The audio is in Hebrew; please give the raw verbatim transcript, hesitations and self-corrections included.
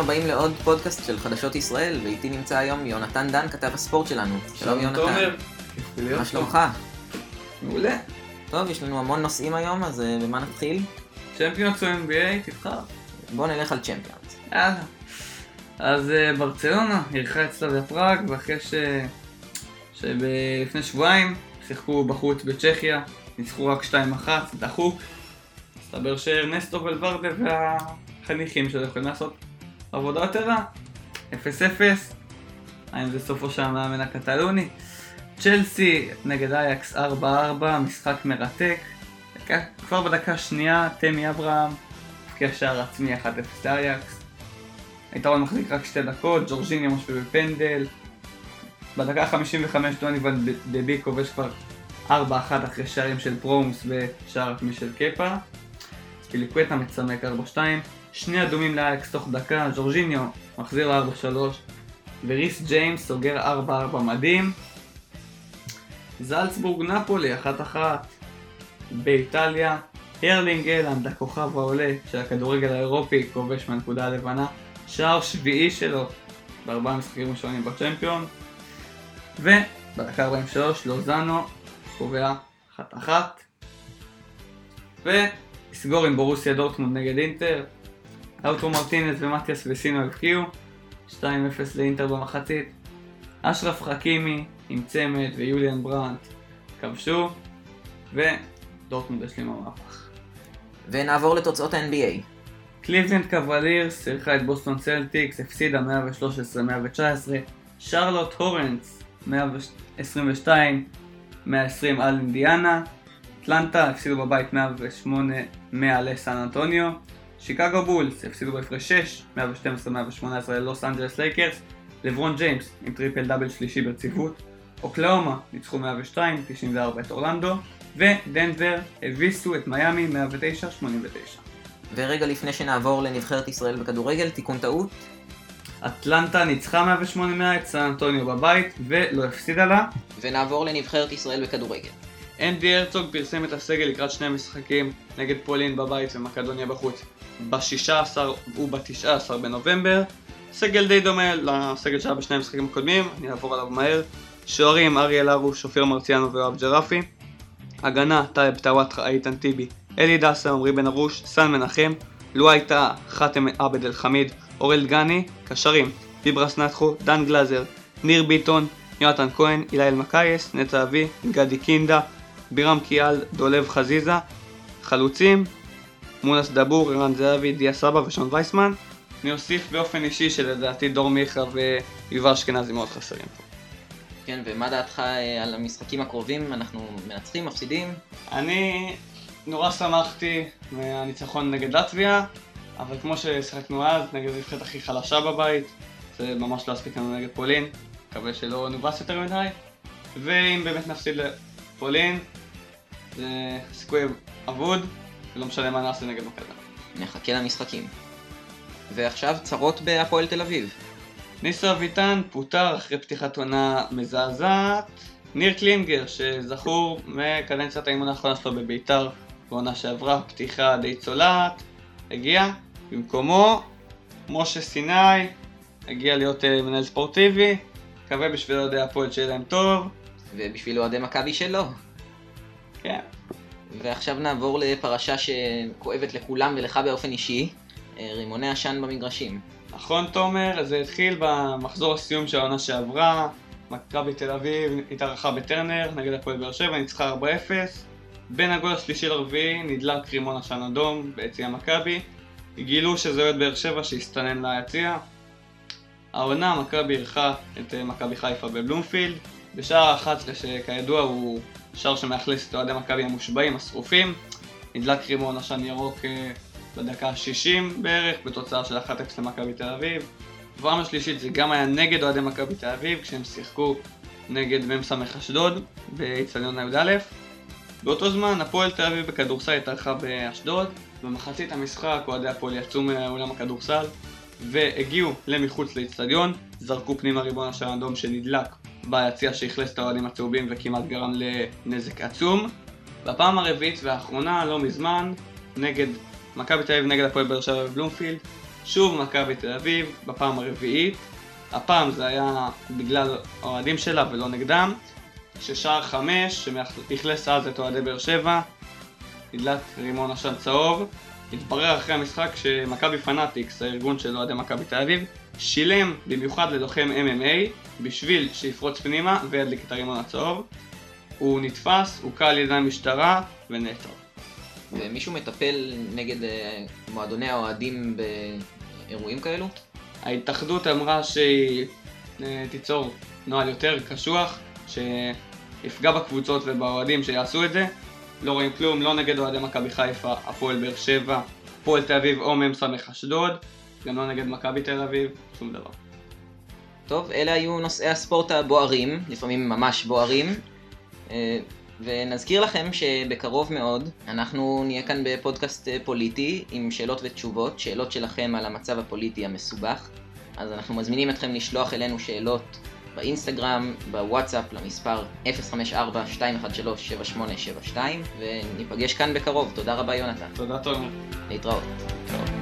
הבאים לעוד פודקאסט של חדשות ישראל, ואיתי נמצא היום יונתן דן, כתב הספורט שלנו. שלום יונתן. תומר. מה שלומך? מעולה. טוב, יש לנו המון נושאים היום, אז במה נתחיל? צ'מפיונס או אן בי איי, תבחר. בוא נלך על צ'מפיונס. יאללה. אז ברצלונה אירחה את סלאביה פראג, ואחרי ש... שלפני שבועיים שיחקו בחוץ בצ'כיה, ניצחו רק שתיים אחת, דחוק. מסתבר שארנסטו ולוורדה והחניכים שלו יכולים לעשות עבודה יותר רע. אפס אפס. האם זה סופו של המאמן הקטלוני? צ'לסי נגד אייקס ארבע ארבע, משחק מרתק. כבר בדקה שנייה תמי אברהם הבקיע שער עצמי אחת אפס לאייקס. היתרון מחזיק רק שתי דקות, ג'ורג'יניה משווה בפנדל. בדקה חמישים וחמש דוניוון דבי כובש כבר ארבע אחת אחרי שערים של פרומס ושער עצמי של קפה. פיליקווטה מצמק ארבע שתיים. שני אדומים לאייקס תוך דקה, ג'ורג'יניו מחזיר ל-ארבע שלוש וריס ג'יימס סוגר ארבע ארבע מדהים. זלצבורג נפולי אחת אחת באיטליה. הרלינג הלנד, הכוכב העולה של הכדורגל האירופי, כובש מהנקודה הלבנה, שער שביעי שלו בארבעה משחקים ראשונים בצ'מפיון. ובדקה ארבעים ושלוש לוזאנו קובע אחת אחת. ויסגור עם בורוסיה דורטמונד נגד אינטר. אוטרו מרטינס ומתיאס וסינו הבקיעו שתיים אפס לאינטר במחצית. אשרף חכימי עם צמד ויוליאן ברנט כבשו, ודורטמונד השלימה מהפך. ונעבור לתוצאות ה-אן בי איי. קליבלנד קוולירס אירחה את בוסטון צלטיקס, הפסידה מאה ושלוש עשרה מאה תשע עשרה. שרלוט הורנס מאה עשרים ושתיים מאה עשרים על אינדיאנה. אטלנטה הפסידו בבית מאה ושמונה מאה לסן אנטוניו. שיקגו בולס הפסידו בהפרש שש מאה ושתים עשרה מאה שמונה עשרה ללוס אנג'לס לייקרס. לברון ג'יימס עם טריפל דאבל שלישי ברציפות. אוקלאומה ניצחו מאה ושתיים תשעים וארבע את אורלנדו. ודנבר הביסו את מיאמי מאה ותשע שמונים ותשע. ורגע לפני שנעבור לנבחרת ישראל בכדורגל, תיקון טעות. אטלנטה ניצחה מאה ושמונה מאה את סן אנטוניו בבית ולא הפסידה לה. ונעבור לנבחרת ישראל בכדורגל. אנדי הרצוג פרסם את הסגל לקראת שני משחקים נגד פולין בבית ומקדוניה בחוץ ב-שישה עשר וב-תשעה עשר בנובמבר. סגל די דומה לסגל שהיה בשני המשחקים הקודמים, אני אעבור עליו מהר. שוערים אריאל הרוש, שופיר מרציאנו ויואב ג'רפי. הגנה טייב טאוואטחה, איתן טיבי, אלי דסה, עמרי בן ארוש, סן מנחם, לואי טאה, חאתם עבד אל חמיד, אורל דגני. קשרים ביברס נתחו, דן גלזר, ניר ביטון, יונתן כהן, אילי אלמקייס, נטע אבי, גדי קינדה, בירם קיאל, דולב חזיזה. חלוצים מונס דבור, ערן זהבי, דיה סבא ושון וייסמן. אני אוסיף באופן אישי שלדעתי דור מיכה ויובל אשכנזי מאוד חסרים פה. כן, ומה דעתך על המשחקים הקרובים? אנחנו מנצחים, מפסידים? אני נורא שמחתי מהניצחון נגד לטביה, אבל כמו ששחקנו אז, נגד הנבחרת הכי חלשה בבית, זה ממש לא הספיק לנו נגד פולין, מקווה שלא נובס יותר מדי, ואם באמת נפסיד לפולין, זה סיכוי אבוד, ולא משנה מה נעשה נגד מקדם. נחכה למשחקים. ועכשיו צרות בהפועל תל אביב. ניסו אביטן פוטר אחרי פתיחת עונה מזעזעת. ניר קלינגר, שזכור מקדנציית האימון האחרונה שלו בביתר בעונה שעברה, פתיחה די צולעת, הגיע. במקומו משה סיני הגיע להיות מנהל ספורטיבי. מקווה בשביל אוהדי הפועל שיהיה להם טוב, ובשביל אוהדי מכבי שלו. כן. ועכשיו נעבור לפרשה שכואבת לכולם ולך באופן אישי, רימוני עשן במגרשים. נכון תומר, זה התחיל במחזור הסיום של העונה שעברה. מכבי תל אביב התארחה בטרנר נגד הפועל באר שבע, ניצחה ארבע אפס. בין הגול השלישי לרביעי נדלק רימון עשן אדום ביציע מכבי. גילו שזה אוהד באר שבע שהסתנן ליציע. העונה מכבי אירחה את מכבי חיפה בבלומפילד בשער אחת עשרה, שכידוע הוא שער שמאכלס את אוהדי מכבי המושבעים השרופים. נדלק רימון עשן ירוק בדקה ה-שישים בערך, בתוצאה של אחת אפס למכבי תל אביב. בפעם השלישית זה גם היה נגד אוהדי מכבי תל אביב, כשהם שיחקו נגד מ"ס אשדוד באצטדיון י"א. באותו זמן הפועל תל אביב בכדורסל התארחה באשדוד. במחצית המשחק אוהדי הפועל יצאו מאולם הכדורסל והגיעו למחוץ לאצטדיון, זרקו פנימה ריבון עשן אדום שנדלק ביציע שהכלס את האוהדים הצהובים וכמעט גרם לנזק עצום. בפעם הרביעית והאחרונה, לא מזמן, נגד מכבי תל אביב נגד הפועל באר שבע בבלומפילד, שוב מכבי תל אביב, בפעם הרביעית. הפעם זה היה בגלל האוהדים שלה ולא נגדם. ששער חמש, שאכלס אז את אוהדי באר שבע, נדלק רימון עשן צהוב. התברר אחרי המשחק שמכבי פנאטיקס, הארגון של אוהדי מכבי תל אביב, שילם במיוחד ללוחם אם אם איי בשביל שיפרוץ פנימה וידליק את הרימון הצהוב. הוא נתפס, הוא קל על ידי המשטרה ונעצר. ומישהו מטפל נגד מועדוני האוהדים באירועים כאלו? ההתאחדות אמרה שהיא תיצור נוהל יותר קשוח, שיפגע בקבוצות ובאוהדים שיעשו את זה. לא רואים כלום, לא נגד אוהדי מכבי חיפה, הפועל באר שבע, הפועל תל אביב או מ"ס אשדוד, גם לא נגד מכבי תל אביב, שום דבר. טוב, אלה היו נושאי הספורט הבוערים, לפעמים ממש בוערים. ונזכיר לכם שבקרוב מאוד אנחנו נהיה כאן בפודקאסט פוליטי עם שאלות ותשובות, שאלות שלכם על המצב הפוליטי המסובך. אז אנחנו מזמינים אתכם לשלוח אלינו שאלות באינסטגרם, בוואטסאפ למספר אפס חמש ארבע שתיים אחת שלוש שבע שמונה שבע שתיים, וניפגש כאן בקרוב. תודה רבה יונתן. תודה תומר. להתראות.